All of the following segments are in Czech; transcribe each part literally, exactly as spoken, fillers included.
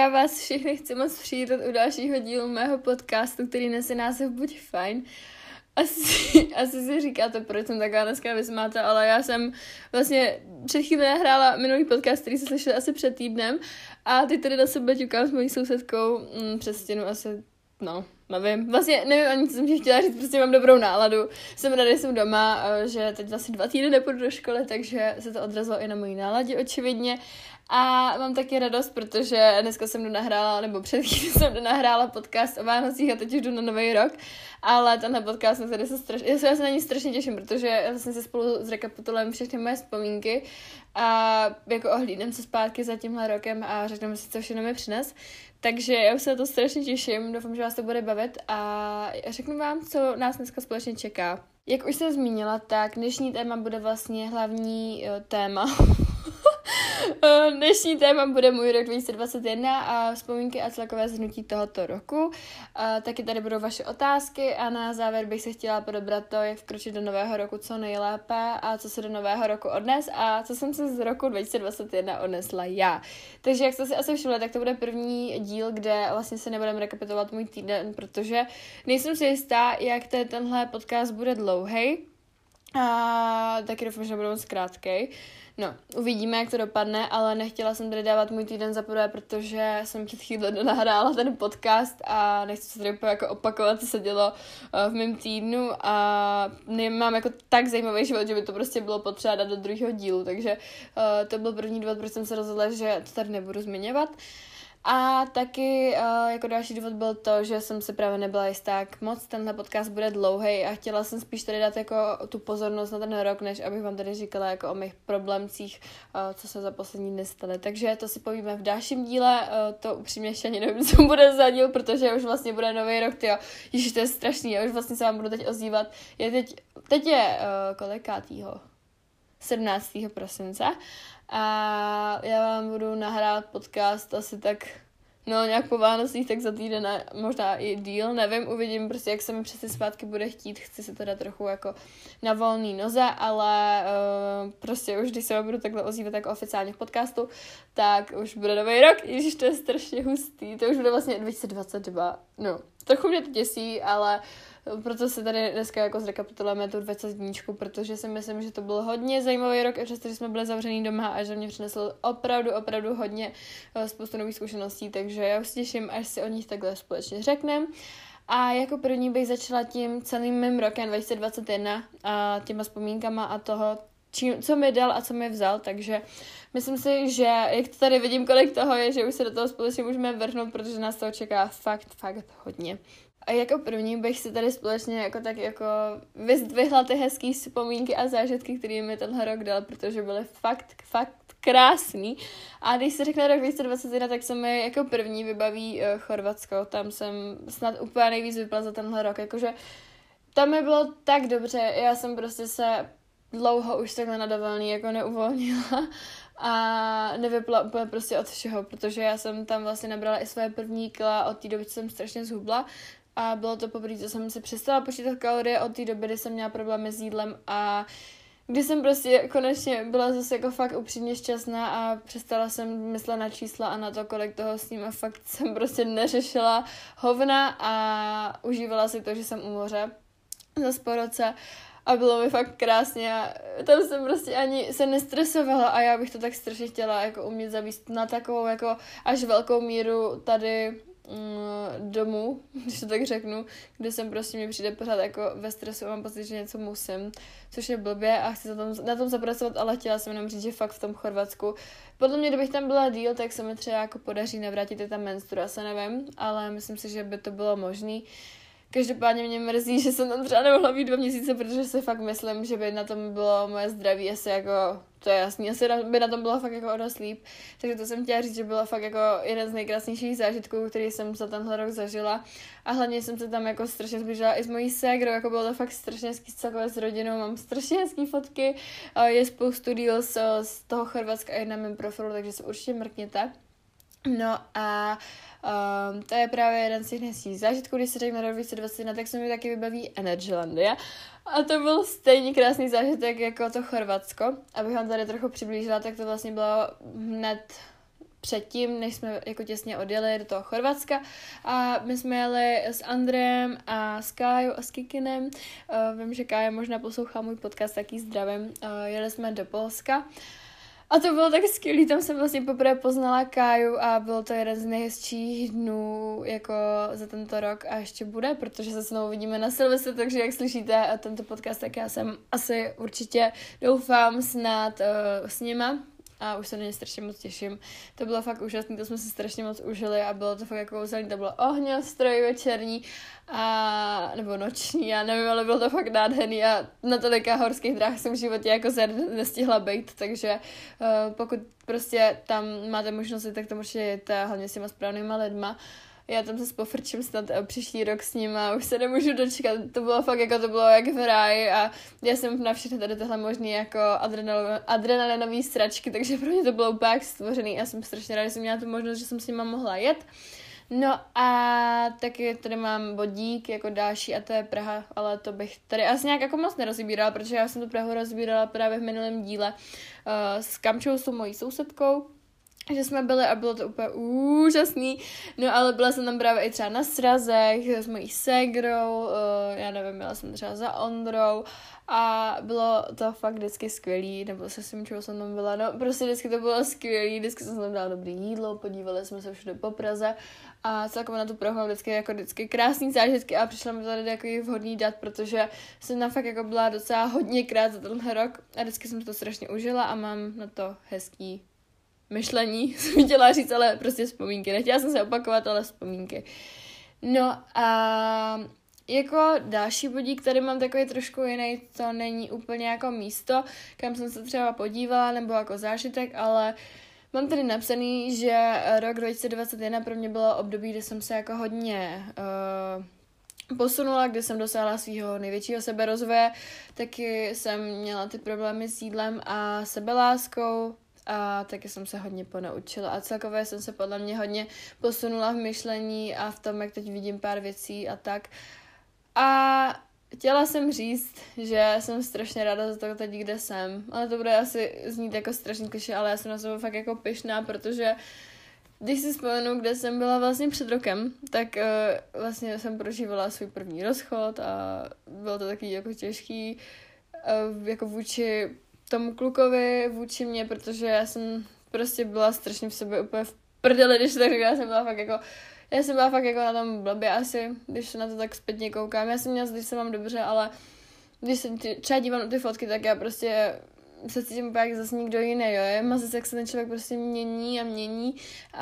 já vás všechny chci moc přivítat u dalšího dílu mého podcastu, který nese název Buď fajn. Asi, asi si říkáte, proč jsem taková dneska vysmáta, ale já jsem vlastně před chvíli nahrála minulý podcast, který se slyšel asi před týdnem a teď tady na sebe ťukám s mojí sousedkou mm, přes stěnu asi, no, nevím, vlastně nevím ani, co jsem ti chtěla říct, prostě mám dobrou náladu, jsem ráda, že jsem doma, že teď vlastně dva týdny nepůjdu do školy, takže se to odrazilo i na mojí náladě očividně. A mám taky radost, protože dneska jsem donahrála, nebo před chvíli jsem donahrála podcast o Vánocích a teď už jdu na Nový rok, ale tenhle podcast, který se strašně, já se, já se na ní strašně těším, protože vlastně se spolu zrekapitulujeme všechny moje vzpomínky a jako ohlídnem se zpátky za tímhle rokem a řekneme si, co všechno mi přines. Takže já už se na to strašně těším, doufám, že vás to bude bavit a řeknu vám, co nás dneska společně čeká. Jak už jsem zmínila, tak dnešní téma bude vlastně hlavní jo, téma. Dnešní téma bude můj rok dva tisíce dvacet jedna a vzpomínky a celkové shrnutí tohoto roku. A taky tady budou vaše otázky a na závěr bych se chtěla podobrat to, jak vkročit do nového roku co nejlépe a co se do nového roku odnes a co jsem se z roku dva tisíce dvacet jedna odnesla já. Takže jak jste si asi všimli, tak to bude první díl, kde vlastně se nebudeme rekapitulovat můj týden, protože nejsem si jistá, jak te, tenhle podcast bude dlouhej a taky doufám, že nebude moc krátkej. No, uvidíme, jak to dopadne, ale nechtěla jsem tady dávat můj týden za prvé, protože jsem před chvíli nahrála ten podcast a nechci se tady jako opakovat, co se dělo v mém týdnu a nemám jako tak zajímavý život, že by to prostě bylo potřeba dát do druhého dílu, takže uh, to byl první důvod, proč jsem se rozhodla, že to tady nebudu zmiňovat. A taky uh, jako další důvod byl to, že jsem si právě nebyla jistá, jak moc tenhle podcast bude dlouhý a chtěla jsem spíš tady dát jako tu pozornost na ten rok, než abych vám tady říkala jako o mých problémcích, uh, co se za poslední dny staly. Takže to si povíme v dalším díle, uh, to upřímně ještě ani nevím, co bude za díl, protože už vlastně bude nový rok, tyjo. Ježiš, to je strašný, já už vlastně se vám budu teď ozývat. Je teď, teď je uh, kolikátýho? sedmnáctého prosince a já vám budu nahrávat podcast asi tak, no nějak po Vánocích, tak za týden a možná i díl, nevím, uvidím prostě, jak se mi přes ty svátky bude chtít, chci se teda trochu jako na volný noze, ale uh, prostě už když se vám budu takhle ozývat jako oficiálně v podcastu, tak už bude nový rok, ježiš, to je strašně hustý, to už bude vlastně dva tisíce dvacet dva, no, trochu mě to děsí, ale proto se tady dneska jako zrekapitulujeme tu dvacet dníčku, protože si myslím, že to byl hodně zajímavý rok, a přesto, že jsme byli zavřený doma a že mě přinesl opravdu, opravdu hodně spoustu nových zkušeností, takže já už se těším, až si o nich takhle společně řekneme. A jako první bych začala tím celým mým rokem dva tisíce dvacet jedna a těma vzpomínkama a toho, čím, co mi dal a co mi vzal, takže myslím si, že jak to tady vidím, kolik toho je, že už se do toho společně můžeme vrhnout, protože nás toho čeká fakt, fakt hodně. A jako první bych si tady společně jako tak jako vyzdvihla ty hezký vzpomínky a zážitky, které mi tenhle rok dal, protože byly fakt, fakt krásný. A když se řekne rok dva tisíce dvacet jedna, tak se mi jako první vybaví uh, Chorvatsko. Tam jsem snad úplně nejvíc vypla za tenhle rok, jakože tam mi bylo tak dobře, já jsem prostě se dlouho už takhle na dovolený jako neuvolnila a nevypla úplně prostě od všeho, protože já jsem tam vlastně nabrala i své první kila, od té doby jsem strašně zhubla a bylo to poprvé, co jsem si přestala počítat kalorie od té doby, kdy jsem měla problémy s jídlem a kdy jsem prostě konečně byla zase jako fakt upřímně šťastná a přestala jsem myslet na čísla a na to, kolik toho s ním a fakt jsem prostě neřešila hovna a užívala si to, že jsem u moře zase po roce. A bylo mi fakt krásně a tam jsem prostě ani se nestresovala a já bych to tak strašně chtěla jako umět zavíst na takovou jako až velkou míru tady mm, domů, když to tak řeknu, kde jsem prostě mi přijde pořád jako ve stresu a mám pocit, že něco musím, což je blbě a chci na tom, na tom zapracovat, ale chtěla jsem jenom říct, že fakt v tom Chorvatsku. Podle mě, kdybych tam byla díl, tak se mi třeba jako podaří navrátit i ta menstruace, nevím, ale myslím si, že by to bylo možný. Každopádně mě mrzí, že jsem tam třeba nemohla být dva měsíce, protože si fakt myslím, že by na tom bylo moje zdraví asi jako, to je jasný, asi by na tom bylo fakt jako o dost líp. Takže to jsem chtěla říct, že bylo fakt jako jeden z nejkrásnějších zážitků, který jsem za tenhle rok zažila. A hlavně jsem se tam jako strašně zbližila i s mojí ségrou, jako bylo to fakt strašně hezký celkově s rodinou, mám strašně hezký fotky, je spoustu deals z toho Chorvatska i na mém profilu, takže se určitě mrkněte. No a um, to je právě jeden z těch hezkých zážitků, když se řekne rok dva tisíce dvacet jedna, tak se mi taky vybaví Energylandia. A to byl stejně krásný zážitek jako to Chorvatsko. Abych vám tady trochu přiblížila, tak to vlastně bylo hned předtím, než jsme jako těsně odjeli do toho Chorvatska a my jsme jeli s Andrejem a s Kájou a s Kikinem. Uh, vím, že Kája možná poslouchá můj podcast, taky zdravím. Uh, jeli jsme do Polska. A to bylo tak skvělý, tam jsem vlastně poprvé poznala Káju a byl to jeden z nejhezčích dnů jako za tento rok a ještě bude, protože se znovu vidíme na Silvestr, takže jak slyšíte tento podcast, tak já jsem asi určitě doufám snad uh, s nima. A už se na ně strašně moc těším. To bylo fakt úžasné, to jsme si strašně moc užili a bylo to fakt jako kouzelný, to bylo ohňostroj večerní a nebo noční, já nevím, ale bylo to fakt nádherný a na tolika horských dráh jsem v životě jako se nestihla bejt, takže uh, pokud prostě tam máte možnosti, tak to určitě jděte, hlavně s těma správnýma lidma. Já tam se pofrčím snad příští rok s ním a už se nemůžu dočkat. To bylo fakt jako to bylo jak v ráji a já jsem na všechny tady tohle možný jako adrenalinový sračky, takže pro mě to bylo úplně jak stvořený. Já jsem strašně ráda, že jsem měla tu možnost, že jsem s nima mohla jet. No a taky tady mám bodík jako další a to je Praha, ale to bych tady asi nějak jako moc nerozbírala, protože já jsem tu Prahu rozbírala právě v minulém díle uh, s Kamčou, s mojí sousedkou, že jsme byli a bylo to úplně úžasný, no ale byla jsem tam právě i třeba na srazech s mojí ségrou, uh, já nevím, byla jsem třeba za Ondrou a bylo to fakt vždycky skvělý, nebo se svým čeho jsem tam byla, no prostě vždycky to bylo skvělý, vždycky jsem tam dala dobrý jídlo, podívali jsme se všude po Praze a celkově na tu Prahu mám vždycky jako vždycky krásný zážitky a přišla mi tady jako vhodný dat, protože jsem tam fakt jako byla docela hodněkrát za tenhle rok a vždycky jsem to strašně užila a mám na to hezký myšlení, jsem chtěla říct, ale prostě vzpomínky. Nechtěla jsem se opakovat, ale vzpomínky. No a jako další bodík, tady mám takový trošku jiný, to není úplně jako místo, kam jsem se třeba podívala, nebo jako zážitek, ale mám tady napsaný, že rok dva tisíce dvacet jedna pro mě bylo období, kdy jsem se jako hodně uh, posunula, kde jsem dosáhla svého největšího seberozvoje, taky jsem měla ty problémy s jídlem a sebeláskou, a taky jsem se hodně ponaučila a celkově jsem se podle mě hodně posunula v myšlení a v tom, jak teď vidím pár věcí a tak. A chtěla jsem říct, že jsem strašně ráda za to teď, kde jsem. Ale to bude asi znít jako strašný klišé, ale já jsem na sebe fakt jako pyšná, protože když si vzpomenu, kde jsem byla vlastně před rokem, tak uh, vlastně jsem prožívala svůj první rozchod a bylo to takový jako těžký uh, jako vůči tomu klukovi, vůči mě, protože já jsem prostě byla strašně v sobě úplně v prdeli, když tak já jsem byla fakt jako, já jsem byla fakt jako na tom blbě asi, když se na to tak zpětně koukám. Já jsem měla, když se mám dobře, ale když se třeba dívám na ty fotky, tak já prostě se cítím úplně jak zase někdo jiný, jo. Je mazec, jak se ten člověk prostě mění a mění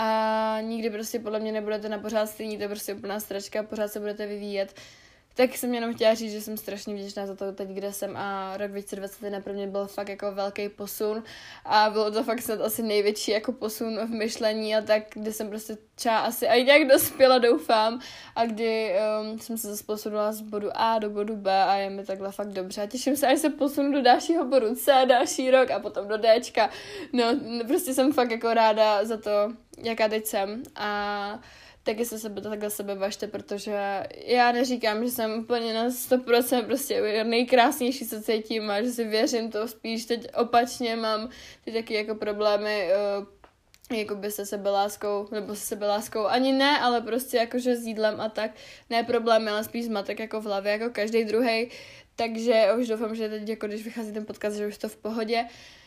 a nikdy prostě podle mě nebudete na pořád stejný, to je prostě úplná stračka, pořád se budete vyvíjet. Tak jsem jenom chtěla říct, že jsem strašně vděčná za to teď, kde jsem a rok dva tisíce dvacet jedna pro mě byl fakt jako velký posun a bylo to fakt snad asi největší jako posun v myšlení a tak, kdy jsem prostě třeba asi i nějak dospěla, doufám, a kdy um, jsem se zase posunula z bodu A do bodu B a je mi takhle fakt dobře a těším se, až se posunu do dalšího bodu C, další rok a potom do Dčka. No, prostě jsem fakt jako ráda za to, jaká teď jsem a taky se sebe takhle sebe važte, protože já neříkám, že jsem úplně na sto procent prostě nejkrásnější, co cítím a že si věřím, to spíš teď opačně mám ty taky jako problémy uh, jakoby se sebeláskou, nebo se sebeláskou, ani ne, ale prostě jakože s jídlem a tak, ne problémy, ale spíš zmatek jako v hlavě, jako každý druhej, takže už doufám, že teď jako když vychází ten podcast, že už to v pohodě.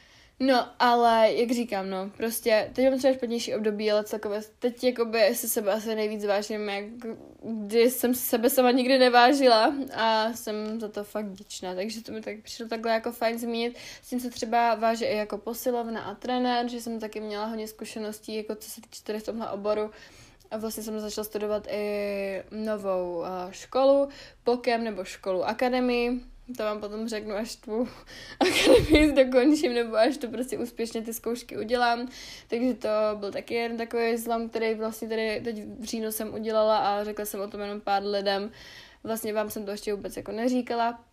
No, ale jak říkám, no, prostě teď mám třeba špatnější období, ale celkově teď jakoby se sebe asi nejvíc vážím, jak kdy jsem sebe sama nikdy nevážila a jsem za to fakt vděčná, takže to mi tak přišlo takhle jako fajn zmínit. S tím se třeba váže i jako posilovna a trenér, že jsem taky měla hodně zkušeností, jako co se týče tady v tomhle oboru. A vlastně jsem začala studovat i novou uh, školu, pokem nebo školu akademii. To vám potom řeknu, až tu akademii dokončím, nebo až to prostě úspěšně ty zkoušky udělám. Takže to byl taky jeden takový zlom, který vlastně tady teď v říjnu jsem udělala a řekla jsem o tom jenom pár lidem. Vlastně vám jsem to ještě vůbec jako neříkala.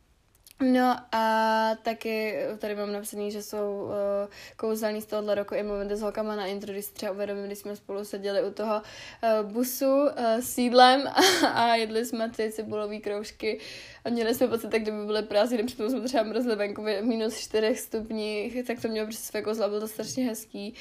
No a taky tady mám napsaný, že jsou uh, kouzelný z tohohle roku i momenty s holkama na intro, když si třeba uvědomím, když jsme spolu seděli u toho uh, busu uh, s jídlem a, a jedli jsme ty cibulový kroužky a měli jsme pocit, tak kdyby byly prázdniny, přitom jsme třeba mrzli venku v minus čtyřech stupních, tak to mělo prostě své kouzla, bylo to strašně hezký.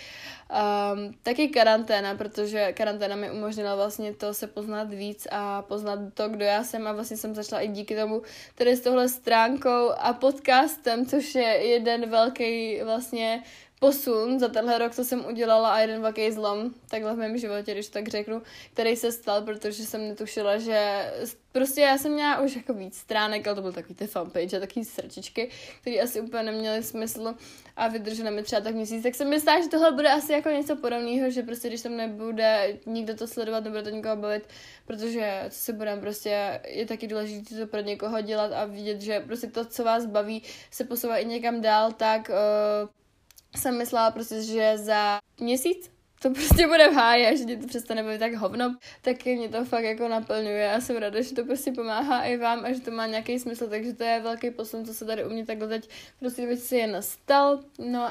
Um, taky karanténa, protože karanténa mi umožnila vlastně to se poznat víc a poznat to, kdo já jsem a vlastně jsem začala i díky tomu tady s touhle stránkou a podcastem, což je jeden velký vlastně posun za tenhle rok, co jsem udělala a jeden velký zlom takhle v mém životě, když to tak řeknu, který se stal, protože jsem netušila, že prostě já jsem měla už jako víc stránek, ale to byl takový ty fanpage a takový srdčičky, které asi úplně neměly smysl a vydržely mi třeba tak měsíc, tak jsem myslela, že tohle bude asi jako něco podobného, že prostě když tam nebude nikdo to sledovat, nebude to nikoho bavit, protože co si budeme, prostě je taky důležité to pro někoho dělat a vidět, že prostě to, co vás baví, se posouvá i někam dál, tak uh, jsem myslela prostě, že za měsíc to prostě bude v háji a že mě to přestane bavit tak hovno, tak mě to fakt jako naplňuje a jsem ráda, že to prostě pomáhá i vám a že to má nějaký smysl, takže to je velký posun, co se tady u mě takhle teď prostě dvacet jedna stal. No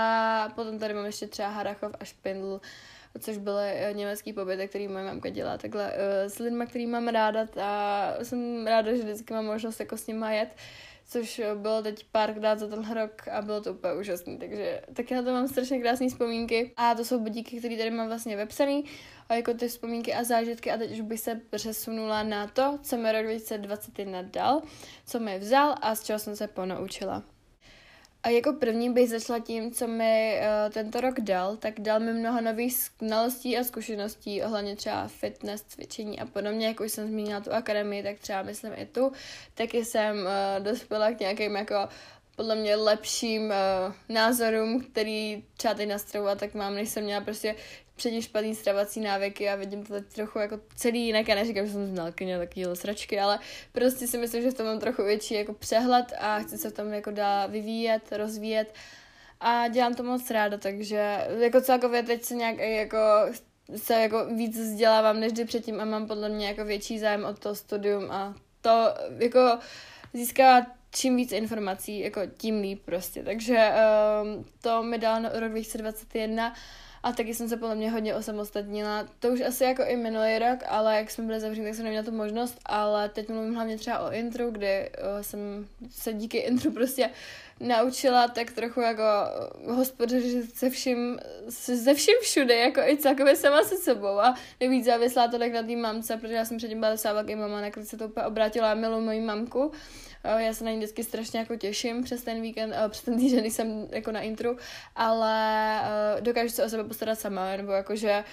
a potom tady mám ještě třeba Harachov a Špindl, což byly německý pobyty, který moje mamka dělá takhle s lidma, který mám ráda a jsem ráda, že vždycky mám možnost jako s nima jet, což bylo teď párkrát za tenhle rok a bylo to úplně úžasný, takže taky na to mám strašně krásné vzpomínky a to jsou budíky, které tady mám vlastně vepsaný a jako ty vzpomínky a zážitky a teď už bych se přesunula na to, co mi rok dvacet dvacet jedna dal, co mi vzal a z čeho jsem se ponaučila. A jako první bych začala tím, co mi uh, tento rok dal, tak dal mi mnoho nových znalostí a zkušeností ohledně třeba fitness, cvičení a podobně, jako už jsem zmínila tu akademii, tak třeba myslím i tu, taky jsem uh, dospěla k nějakým jako podle mě lepším uh, názorům, který třeba teď na stravu a tak mám, než jsem měla prostě předtím špatný stravací návyky a vidím to teď trochu jako celý jinak a neříkám, že jsem znalkyně takový sračky, ale prostě si myslím, že v tom mám trochu větší jako přehled a chci se v tom jako dál vyvíjet, rozvíjet a dělám to moc ráda, takže jako celkově teď se nějak jako se jako víc vzdělávám než kdy předtím a mám podle mě jako větší zájem o to studium a to jako získávat čím víc informací, jako tím líp prostě, takže um, to mi dal rok dvacet dvacet jedna a taky jsem se podle mě hodně osamostatnila. To už asi jako i minulý rok, ale jak jsme byli zavření, tak jsem neměla tu možnost, ale teď mluvím hlavně třeba o intru, kdy uh, jsem se díky intru prostě naučila tak trochu jako hospodařit se vším, se vším všude, jako i celkově sama se sebou a nevíc závislá to tak na té mamce, protože já jsem předtím byla docela velký mama, nakonec se to úplně obrátila a miluji moji mamku. Já se na ní vždycky strašně jako těším přes ten víkend, přes ten týden, když jsem jako na intru, ale dokážu se o sebe postarat sama, nebo jakože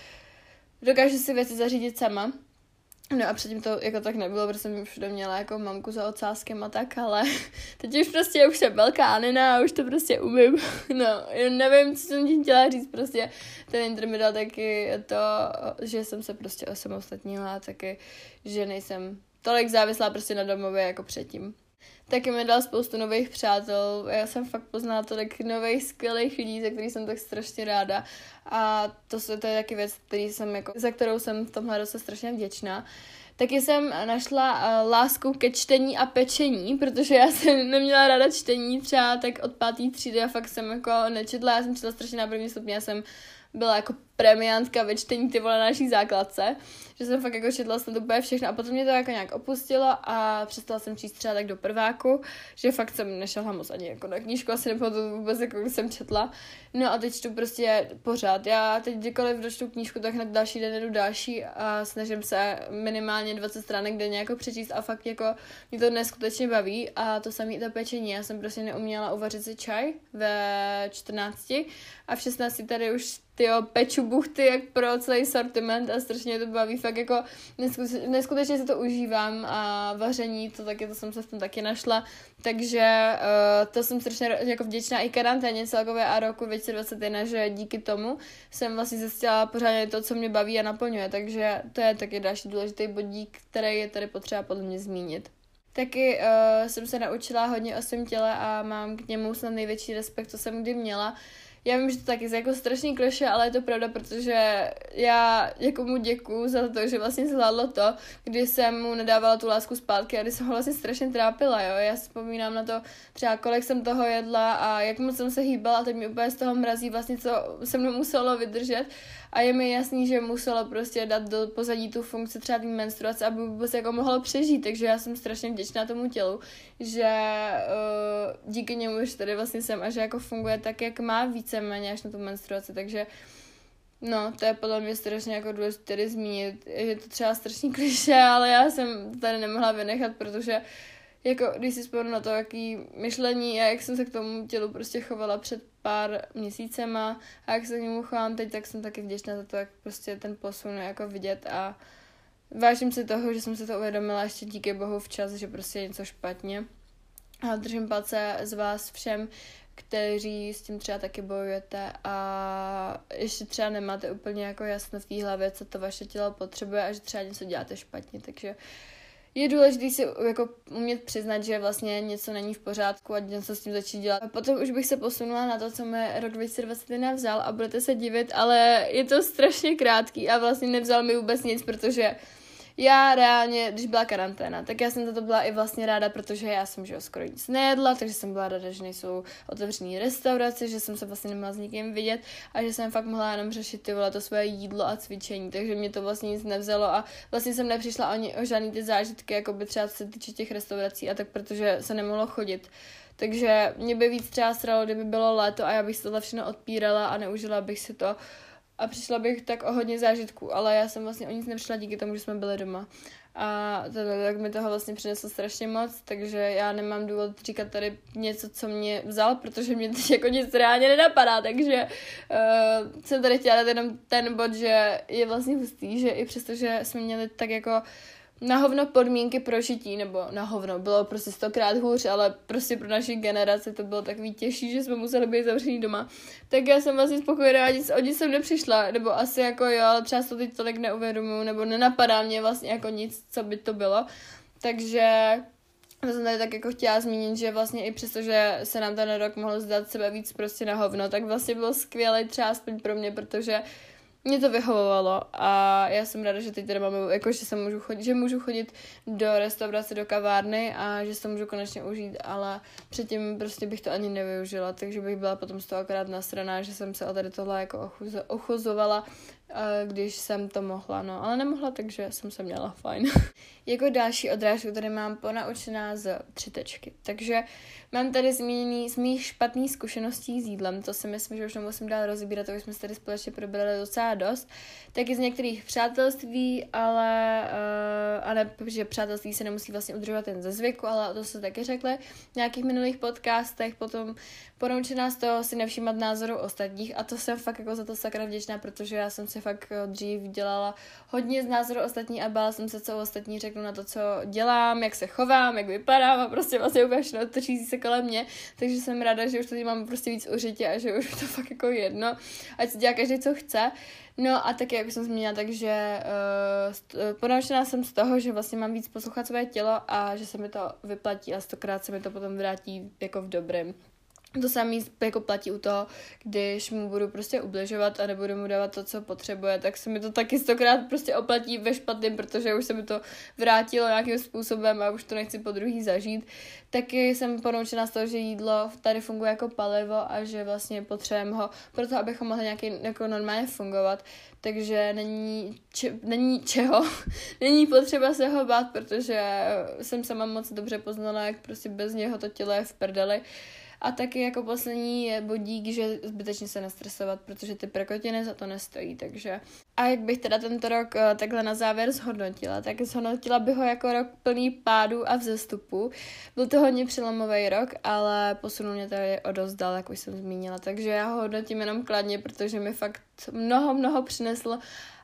dokážu si věci zařídit sama. No a předtím to jako tak nebylo, protože jsem všude měla jako mamku za ocáskem a tak, ale teď už prostě už jsem velká Anina a už to prostě umím. No, nevím, co jsem tím chtěla říct, prostě ten intro mi dal taky to, že jsem se prostě osamostatnila a taky, že nejsem tolik závislá prostě na domově jako předtím. Taky mi dal spoustu nových přátel, já jsem fakt poznala tolik nových skvělých lidí, za který jsem tak strašně ráda a to, to je taky věc, který jsem jako, za kterou jsem v tomhle roce strašně vděčná. Taky jsem našla uh, lásku ke čtení a pečení, protože já jsem neměla ráda čtení třeba tak od pátý třídy a fakt jsem jako nečetla, já jsem četla strašně na první stupni, já jsem byla jako premiantka ve čtení ty vole na naší základce, že jsem fakt jako četla snad úplně všechno a potom mě to jako nějak opustilo a přestala jsem číst třeba tak do prváku, že fakt jsem nešla moc ani jako na knížku, asi nepamatuju vůbec, jako jsem četla. No a teď čtu prostě pořád. Já teď kdykoliv dočtu knížku, tak hned další den jdu další a snažím se minimálně dvacet stránek denně jako přečíst a fakt jako mě to neskutečně baví a to samé to pečení. Já jsem prostě neuměla uvařit si čaj ve čtrnácti a v šestnácti tady už tyjo, peču buchty jak pro celý sortiment a strašně to baví, fakt jako neskutečně, neskutečně si to užívám a vaření, to taky, to jsem se v tom taky našla, takže uh, to jsem strašně jako vděčná i karanténě celkově a roku dvacet dvacet jedna, že díky tomu jsem vlastně zjistila pořádně to, co mě baví a naplňuje, takže to je taky další důležitý bodík, který je tady potřeba podle mě zmínit. Taky uh, jsem se naučila hodně o svém těle a mám k němu snad největší respekt, co jsem kdy měla, já vím, že to taky je jako strašný klišé, ale je to pravda, protože já jako mu děkuju za to, že vlastně zvládlo to, kdy jsem mu nedávala tu lásku zpátky a kdy jsem ho vlastně strašně trápila, jo. Já si vzpomínám na to třeba, kolik jsem toho jedla a jak moc jsem se hýbala a teď mi úplně z toho mrazí vlastně, co se mnou muselo vydržet a je mi jasný, že muselo prostě dát do pozadí tu funkci třeba té menstruace, aby vůbec jako mohlo přežít, takže já jsem strašně vděčná tomu tělu, že uh, díky němu už tady vlastně jsem a že jako funguje tak, jak má víceméně až na tu menstruaci, takže no, to je podle mě strašně jako důležité tady zmínit. Je to třeba strašný klišé, ale já jsem tady nemohla vynechat, protože jako když si vzpomenu na to, jaký myšlení a jak jsem se k tomu tělu prostě chovala před pár měsícema a jak se k němu chovám teď, tak jsem taky vděčná za to, jak prostě ten posun je jako vidět a vážím si toho, že jsem si to uvědomila ještě díky bohu včas, že prostě je něco špatně. A držím palce z vás všem, kteří s tím třeba taky bojujete a ještě třeba nemáte úplně jako jasno v té hlavě, co to vaše tělo potřebuje a že třeba něco děláte špatně, takže je důležité si jako umět přiznat, že vlastně něco není v pořádku a něco s tím začít dělat. A potom už bych se posunula na to, co mi rok dva tisíce dvacet jedna vzal a budete se divit, ale je to strašně krátký a vlastně nevzal mi vůbec nic, protože já reálně, když byla karanténa, tak já jsem za to byla i vlastně ráda, protože já jsem, že jo, skoro nic nejedla, takže jsem byla ráda, že nejsou otevřený restaurace, že jsem se vlastně nemohla s nikým vidět a že jsem fakt mohla jenom řešit ty vole to svoje jídlo a cvičení, takže mě to vlastně nic nevzalo a vlastně jsem nepřišla ani o žádný ty zážitky, jako by třeba co se týče těch restaurací a tak, protože se nemohlo chodit. Takže mě by víc třeba sralo, kdyby bylo léto a já bych se tohle všechno odpírala a neužila bych si to. A přišla bych tak o hodně zážitků, ale já jsem vlastně o nic nepřišla díky tomu, že jsme byli doma. A to, tak mi toho vlastně přineslo strašně moc, takže já nemám důvod říkat tady něco, co mě vzal, protože mě teď jako nic reálně nenapadá, takže uh, jsem tady chtěla dát jenom ten bod, že je vlastně hustý, že i přesto, že jsme měli tak jako na hovno podmínky pro žití, nebo na hovno, bylo prostě stokrát hůř, ale prostě pro naši generaci to bylo takový těžší, že jsme museli být zavření doma. Tak já jsem vlastně spokojená, nic, o nic jsem nepřišla, nebo asi jako jo, ale třeba to teď tolik neuvědomuji, nebo nenapadá mě vlastně jako nic, co by to bylo. Takže to jsem tady tak jako chtěla zmínit, že vlastně i přesto, že se nám ten rok mohl zdát sebe víc prostě na hovno, tak vlastně bylo skvělé třeba aspoň pro mě, protože mě to vyhovovalo a já jsem ráda, že teď tady máme, jako že se můžu chodit, že můžu chodit do restaurace, do kavárny a že se to můžu konečně užít, ale předtím prostě bych to ani nevyužila, takže bych byla potom z toho akorát nasraná, že jsem se o tady tohle jako ochuzovala, když jsem to mohla, no, ale nemohla, takže jsem se měla fajn. Jako další odrážku tady mám ponaučená z tři tečky, takže mám tady zmíněný z mých špatných zkušeností s jídlem, to si myslím, že už nemusím dál rozbírat, to už jsme se tady společně probrali docela dost, taky z některých přátelství, ale uh, a ne, protože přátelství se nemusí vlastně udržovat jen ze zvyku, ale to se taky řekli v nějakých minulých podcastech, potom ponaučená z toho si nevšímat názoru ostatních a to jsem fakt jako za to sakra vděčná, protože já jsem si fakt dřív dělala hodně z názoru ostatní a bála jsem se, co ostatní řeknu na to, co dělám, jak se chovám, jak vypadám a prostě vlastně úplně všechno třízí se kolem mě, takže jsem ráda, že už tady mám prostě víc užitě a že už to fakt jako jedno, ať si dělá každý, co chce. No a taky, jak jsem zmínila, takže uh, ponaučená jsem z toho, že vlastně mám víc poslouchat své tělo a že se mi to vyplatí a stokrát se mi to potom vrátí jako v dobrém. To samé jako platí u toho, když mu budu prostě ubližovat a nebudu mu dávat to, co potřebuje, tak se mi to taky stokrát prostě oplatí ve špatném, protože už se mi to vrátilo nějakým způsobem a už to nechci po druhý zažít. Taky jsem ponaučena z toho, že jídlo tady funguje jako palivo a že vlastně potřebujeme ho proto, abychom mohli nějaký jako normálně fungovat. Takže není, če, není čeho, není potřeba se ho bát, protože jsem sama moc dobře poznala, jak prostě bez něho to tělo je v prdeli. A taky jako poslední je bodík, že zbytečně se nestresovat, protože ty prkotiny za to nestojí, takže. A jak bych teda tento rok takhle na závěr zhodnotila, tak zhodnotila bych ho jako rok plný pádů a vzestupu. Byl to hodně přelomový rok, ale posunul mě tady o dost dál, jak už jsem zmínila, takže já ho hodnotím jenom kladně, protože mi fakt mnoho, mnoho přinesl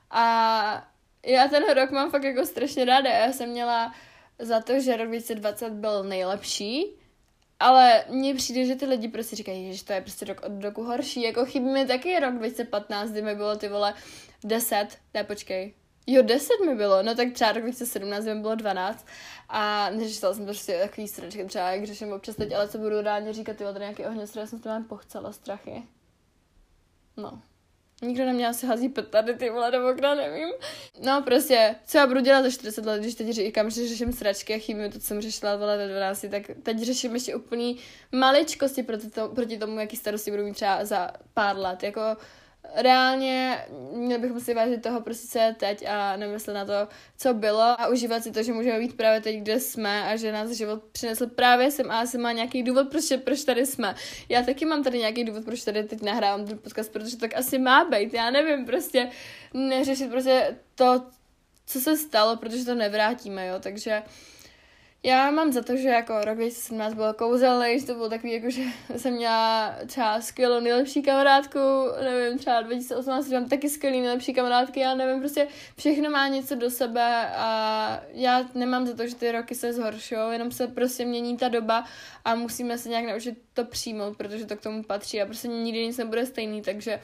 a já ten rok mám fakt jako strašně ráda. Já jsem měla za to, že rok dva tisíce dvacet byl nejlepší, ale mně přijde, že ty lidi prostě říkají, že to je prostě rok od roku horší. Jako chybí mi taky rok dva tisíce patnáct, kdy mi bylo ty vole deset, ne počkej, jo deset mi bylo, no tak třeba rok dva tisíce sedmnáct, kdy mi bylo dvanáct a neřešila jsem prostě takový stračky, třeba jak řeším občas teď, ale co budu reálně říkat, ty vole, tady nějaký ohňostroj, já jsem to mám pochcela strachy. no. Nikdo na mě asi hází petardy, ty vole, do okna, nevím. No prostě, co já budu dělat za čtyřicet let, když teď říkám, že řeším sračky a chybím to, co jsem řešila vole ve dvanácti, tak teď řeším ještě úplný maličkosti proti, to, proti tomu, jaký starosti budu mít třeba za pár let. Jako reálně měli bychom si vážit toho prostě, co je teď a nemyslet na to, co bylo a užívat si to, že můžeme být právě teď, kde jsme a že nás život přinesl právě sem a asi má nějaký důvod, proč, proč tady jsme. Já taky mám tady nějaký důvod, proč tady teď nahrávám ten podcast, protože tak asi má být, já nevím, prostě neřešit prostě to, co se stalo, protože to nevrátíme, jo, takže já mám za to, že jako rok dva tisíce sedmnáct byl kouzelný, že to bylo takový, jako že jsem měla třeba skvělou nejlepší kamarádku, nevím, třeba dva tisíce osmnáct, že mám taky skvělý nejlepší kamarádky, já nevím, prostě všechno má něco do sebe a já nemám za to, že ty roky se zhoršují, jenom se prostě mění ta doba a musíme se nějak naučit to přijmout, protože to k tomu patří a prostě nikdy nic nebude stejný, takže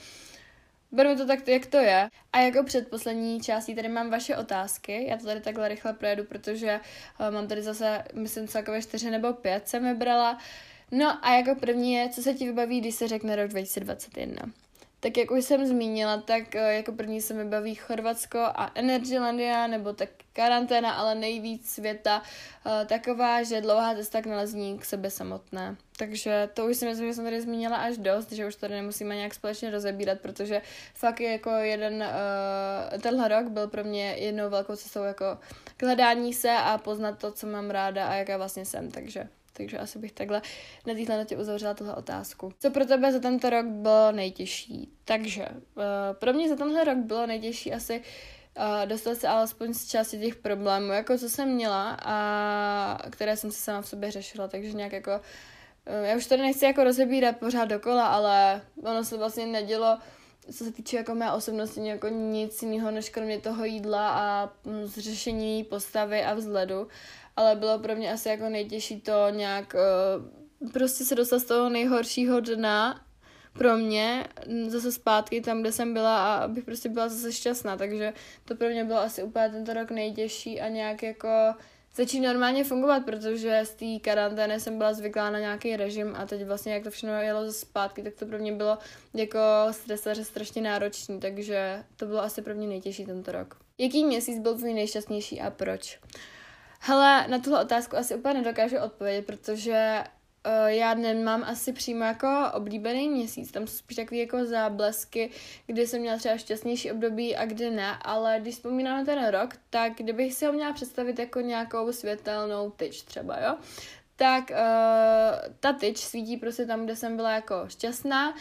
berme to tak, jak to je. A jako předposlední částí tady mám vaše otázky. Já to tady takhle rychle projedu, protože uh, mám tady zase, myslím, celkově čtyři nebo pět jsem vybrala. No a jako první je, co se ti vybaví, když se řekne rok dva tisíce dvacet jedna. Tak jak už jsem zmínila, tak uh, jako první se mi baví Chorvatsko a Energylandia, nebo tak karanténa, ale nejvíc světa uh, taková, že dlouhá cesta k nalezení k sobě samotné. Takže to už si myslím, že jsem tady zmínila až dost, že už tady nemusíme nějak společně rozebírat, protože fakt je jako jeden, uh, tenhle rok byl pro mě jednou velkou cestou jako k hledání se a poznat to, co mám ráda a jaká vlastně jsem, takže takže asi bych takhle na téhle notě uzavřela tuhle otázku. Co pro tebe za tento rok bylo nejtěžší? Takže uh, pro mě za tenhle rok bylo nejtěžší asi uh, dostat se alespoň z části těch problémů, jako co jsem měla a které jsem se sama v sobě řešila, takže nějak jako uh, já už tady nechci jako rozebírat pořád dokola, ale ono se vlastně nedělo, co se týče jako mé osobnosti, jako nic jiného, než kromě toho jídla a mm, řešení postavy a vzhledu. Ale bylo pro mě asi jako nejtěžší to nějak uh, prostě se dostat z toho nejhoršího dna pro mě zase zpátky tam, kde jsem byla a abych prostě byla zase šťastná, takže to pro mě bylo asi úplně tento rok nejtěžší a nějak jako začít normálně fungovat, protože z té karantény jsem byla zvyklá na nějaký režim a teď vlastně jak to všechno jelo zase zpátky, tak to pro mě bylo jako stresaře strašně náročný, takže to bylo asi pro mě nejtěžší tento rok. Jaký měsíc byl tvůj nejšťastnější a proč? Hele, na tuhle otázku asi úplně nedokážu odpovědět, protože uh, já nemám asi přímo jako oblíbený měsíc. Tam jsou spíš takový jako záblesky, kdy jsem měla třeba šťastnější období a kdy ne, ale když vzpomínám na ten rok, tak kdybych si ho měla představit jako nějakou světelnou tyč třeba, jo, tak uh, ta tyč svítí prostě tam, kde jsem byla jako šťastná.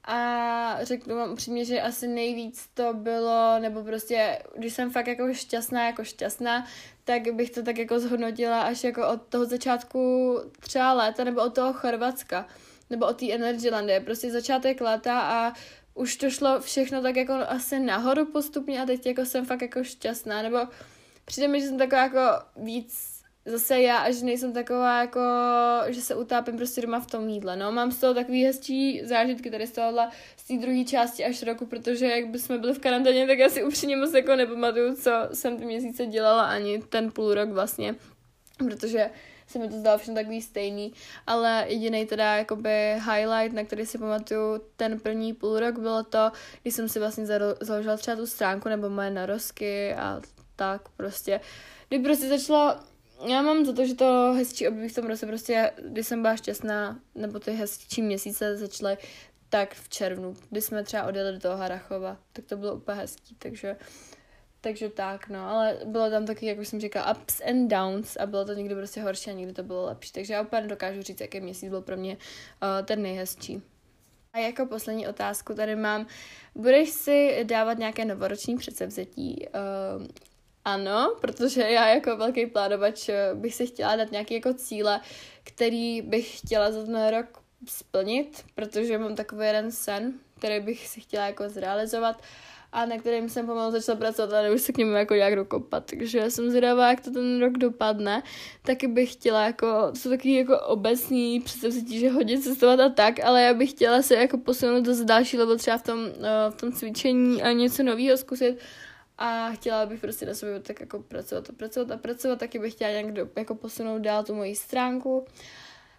A řeknu vám upřímně, že asi nejvíc to bylo, nebo prostě, když jsem fakt jako šťastná, jako šťastná, tak bych to tak jako zhodnotila až jako od toho začátku třeba léta, nebo od toho Chorvatska, nebo od té Energylandie, prostě začátek léta a už to šlo všechno tak jako asi nahoru postupně a teď jako jsem fakt jako šťastná, nebo přijde mi, že jsem taková jako víc zase já, až nejsem taková jako, že se utápím prostě doma v tom jídle, no. Mám z toho takový hezčí zážitky tady z tohohle, z té druhé části až roku, protože jak jsme byli v karanténě, tak já si upřímně moc jako nepamatuju, co jsem ty měsíce dělala, ani ten půl rok vlastně, protože se mi to zdalo všechno takový stejný, ale jediný teda jakoby highlight, na který si pamatuju ten první půl rok, bylo to, když jsem si vlastně založila třeba tu stránku nebo moje narozky a tak prostě, kdy prostě začalo. Já mám za to, že to hezčí období v tom roce prostě, když jsem byla šťastná, nebo ty hezčí měsíce začaly, tak v červnu, kdy jsme třeba odjeli do toho Harrachova, tak to bylo úplně hezký, takže, takže tak, no, ale bylo tam taky, jak už jsem říkala, ups and downs a bylo to někdy prostě horší a někdy to bylo lepší, takže já úplně nedokážu říct, jaký měsíc byl pro mě uh, ten nejhezčí. A jako poslední otázku tady mám, budeš si dávat nějaké novoroční předsevzetí? Uh, Ano, protože já jako velký plánovač bych si chtěla dát nějaké jako cíle, který bych chtěla za ten rok splnit, protože mám takový jeden sen, který bych si chtěla jako zrealizovat a na kterým jsem pomalu začala pracovat, ale už se k němu jako nějak dokopat, takže jsem zvědavá, jak to ten rok dopadne. Taky bych chtěla jako, to jsou takový jako obecný představití, že hodně cestovat a tak, ale já bych chtěla se jako posunout do další level třeba v tom, v tom cvičení a něco nového zkusit. A chtěla bych prostě na sobě tak jako pracovat a pracovat a pracovat, taky bych chtěla nějak do, jako posunout dál tu moji stránku.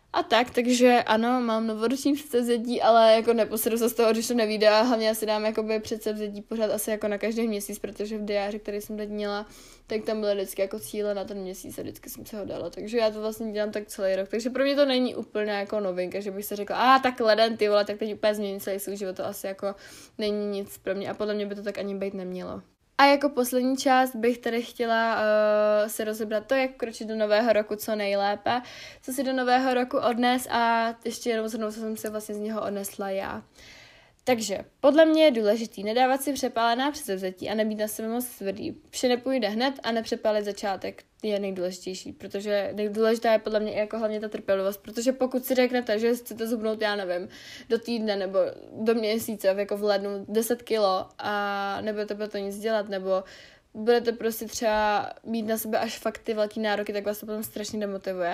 A tak, takže ano, mám novoroční předsevzetí, ale jako neposedu se z toho, když to nevíde a hlavně já si dám jakoby předsevzetí pořád asi jako na každý měsíc, protože v diáři, který jsem teď měla, tak tam byly vždycky jako cíle na ten měsíc a vždycky jsem se ho dala, takže já to vlastně dělám tak celý rok, takže pro mě to není úplně jako novinka, že bych si řekla, a tak leden, ty vole, tak teď úplně změním celý svůj život, to asi jako není nic pro mě a podle mě by to tak ani být nemělo. A jako poslední část bych tady chtěla uh, se rozebrat to, jak kročit do nového roku co nejlépe, co si do nového roku odnes a ještě jenom zhrnout, co jsem si vlastně z něho odnesla já. Takže podle mě je důležitý nedávat si přepálená předsevzetí a nebýt na sebe moc tvrdý. Vše nepůjde hned a nepřepálit začátek je nejdůležitější, protože nejdůležitá je podle mě jako hlavně ta trpělivost, protože pokud si řeknete, že chcete zhubnout, já nevím, do týdne nebo do měsíce, jako v lednu deset kilo a nebudete pro to nic dělat, nebo budete prostě třeba mít na sebe až fakt ty velký nároky, tak vás to potom strašně demotivuje.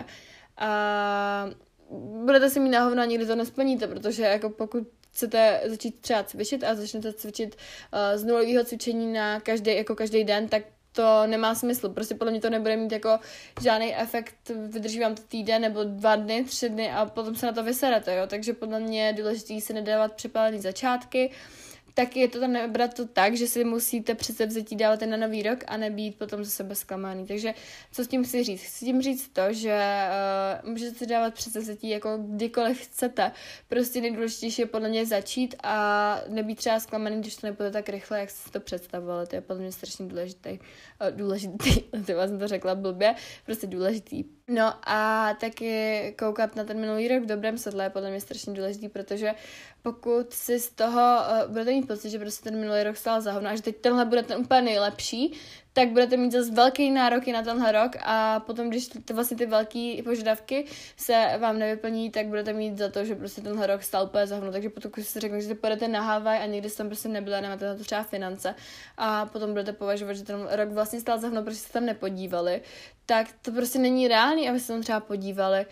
A budete si mít na hovno a nikdy to nesplníte, protože jako pokud chcete začít třeba cvičit a začnete cvičit uh, z nulového cvičení na každý, jako každý den, tak to nemá smysl. Prostě podle mě to nebude mít jako žádný efekt, vydrží vám to týden nebo dva dny, tři dny a potom se na to vyserete, jo. Takže podle mě je důležité si nedávat přepálený začátky, tak je to tam nebrat to tak, že si musíte předsevzetí dávat na nový rok a nebýt potom ze sebe zklamaný. Takže co s tím chci říct? Chci tím říct to, že uh, můžete si dávat předsevzetí jako kdykoliv chcete. Prostě nejdůležitější je podle mě začít a nebýt třeba zklamaný, když to nebude tak rychle, jak jste si to představovali. To je podle mě strašně důležitý. Uh, důležitý, třeba jsem to řekla blbě, prostě důležitý. No a taky koukat na ten minulý rok v dobrém světle je podle mě strašně důležitý, protože pokud si z toho uh, budete mít pocit, že prostě ten minulý rok stál za hovno a že teď tenhle bude ten úplně nejlepší, tak budete mít zase velký nároky na tenhle rok a potom, když ty, vlastně ty velký požadavky se vám nevyplní, tak budete mít za to, že prostě tenhle rok stál úplně za hovno. Takže pokud si řeknete, že půjdete na Havaj a někdy jste tam prostě nebyla, nemáte na to třeba finance a potom budete považovat, že ten rok vlastně stál za hovno, protože jste tam nepodívali, tak to prostě není reálný, abyste tam třeba podívali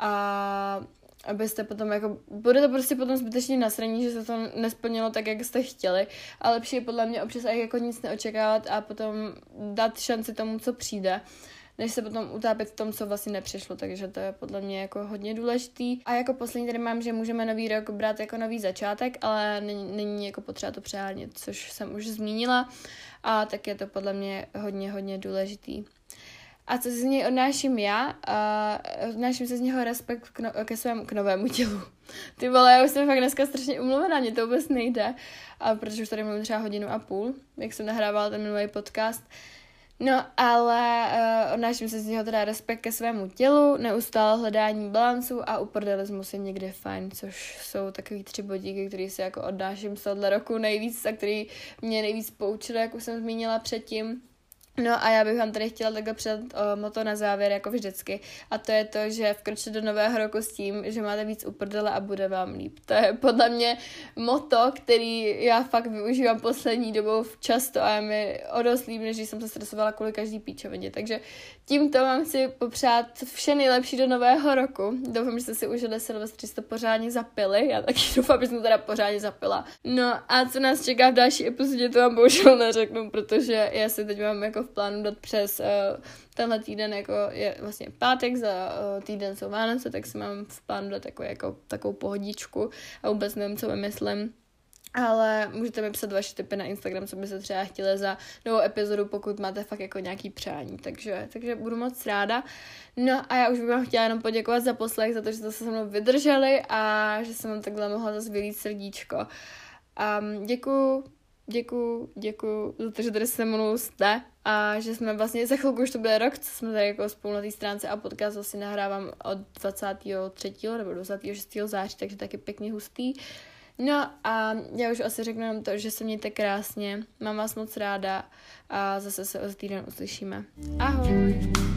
a abyste potom jako, budete prostě potom zbytečně nasraní, že se to nesplnilo tak, jak jste chtěli, a lepší je podle mě občas i jako nic neočekávat a potom dát šanci tomu, co přijde, než se potom utápět v tom, co vlastně nepřišlo, takže to je podle mě jako hodně důležitý. A jako poslední tady mám, že můžeme nový rok brát jako nový začátek, ale není, není jako potřeba to přehánět, což jsem už zmínila a tak je to podle mě hodně, hodně důležitý. A co si z něj odnáším já? Uh, odnáším se z něho respekt k, no, ke svému, k novému tělu. Ty vole, já už jsem fakt dneska strašně umluvená, mě to vůbec nejde, uh, protože už tady mám třeba hodinu a půl, jak jsem nahrávala ten minulý podcast. No, ale uh, odnáším se z něho teda respekt ke svému tělu, neustále hledání balancu a upordelismus je někdy fajn, což jsou takový tři bodíky, který si jako odnáším z tohohle roku nejvíc a který mě nejvíc poučily, jak už jsem zmínila předtím. No a já bych vám tady chtěla takhle předat o, moto na závěr, jako vždycky. A to je to, že vkročte do nového roku s tím, že máte víc uprdele a bude vám líp. To je podle mě moto, který já fakt využívám poslední dobou často a je mi o dost líp, než když jsem se stresovala kvůli každý píčovině. Takže tímto vám chci popřát vše nejlepší do nového roku. Doufám, že jste si užili Silvestři, jste pořádně zapili. Já taky doufám, že jsem teda pořádně zapila. No a co nás čeká v další epizodě, to vám bohužel neřeknu, protože já si teď mám jako v plánu dát přes uh, tenhle týden, jako je vlastně pátek, za uh, týden jsou Vánoce, tak si mám v plánu dát jako, jako takovou pohodičku a vůbec nevím, co vymyslím. Ale můžete mi psat vaše tipy na Instagram, co byste třeba chtěli za novou epizodu, pokud máte fakt jako nějaký přání, takže, takže budu moc ráda. No a já už bych vám chtěla jenom poděkovat za poslech, za to, že jste se mnou vydrželi a že jsem vám takhle mohla zase vylít srdíčko. Um, děkuju, děkuju, děkuju za to, že tady se mnou jste a že jsme vlastně, za chvilku už to bude rok, co jsme tady jako spolu na té stránce a podcast vlastně nahrávám od dvacátého třetího nebo dvacátého šestého září, takže taky pěkně hustý. No a já už asi řeknu jenom to, že se mějte krásně, mám vás moc ráda a zase se o týden uslyšíme. Ahoj!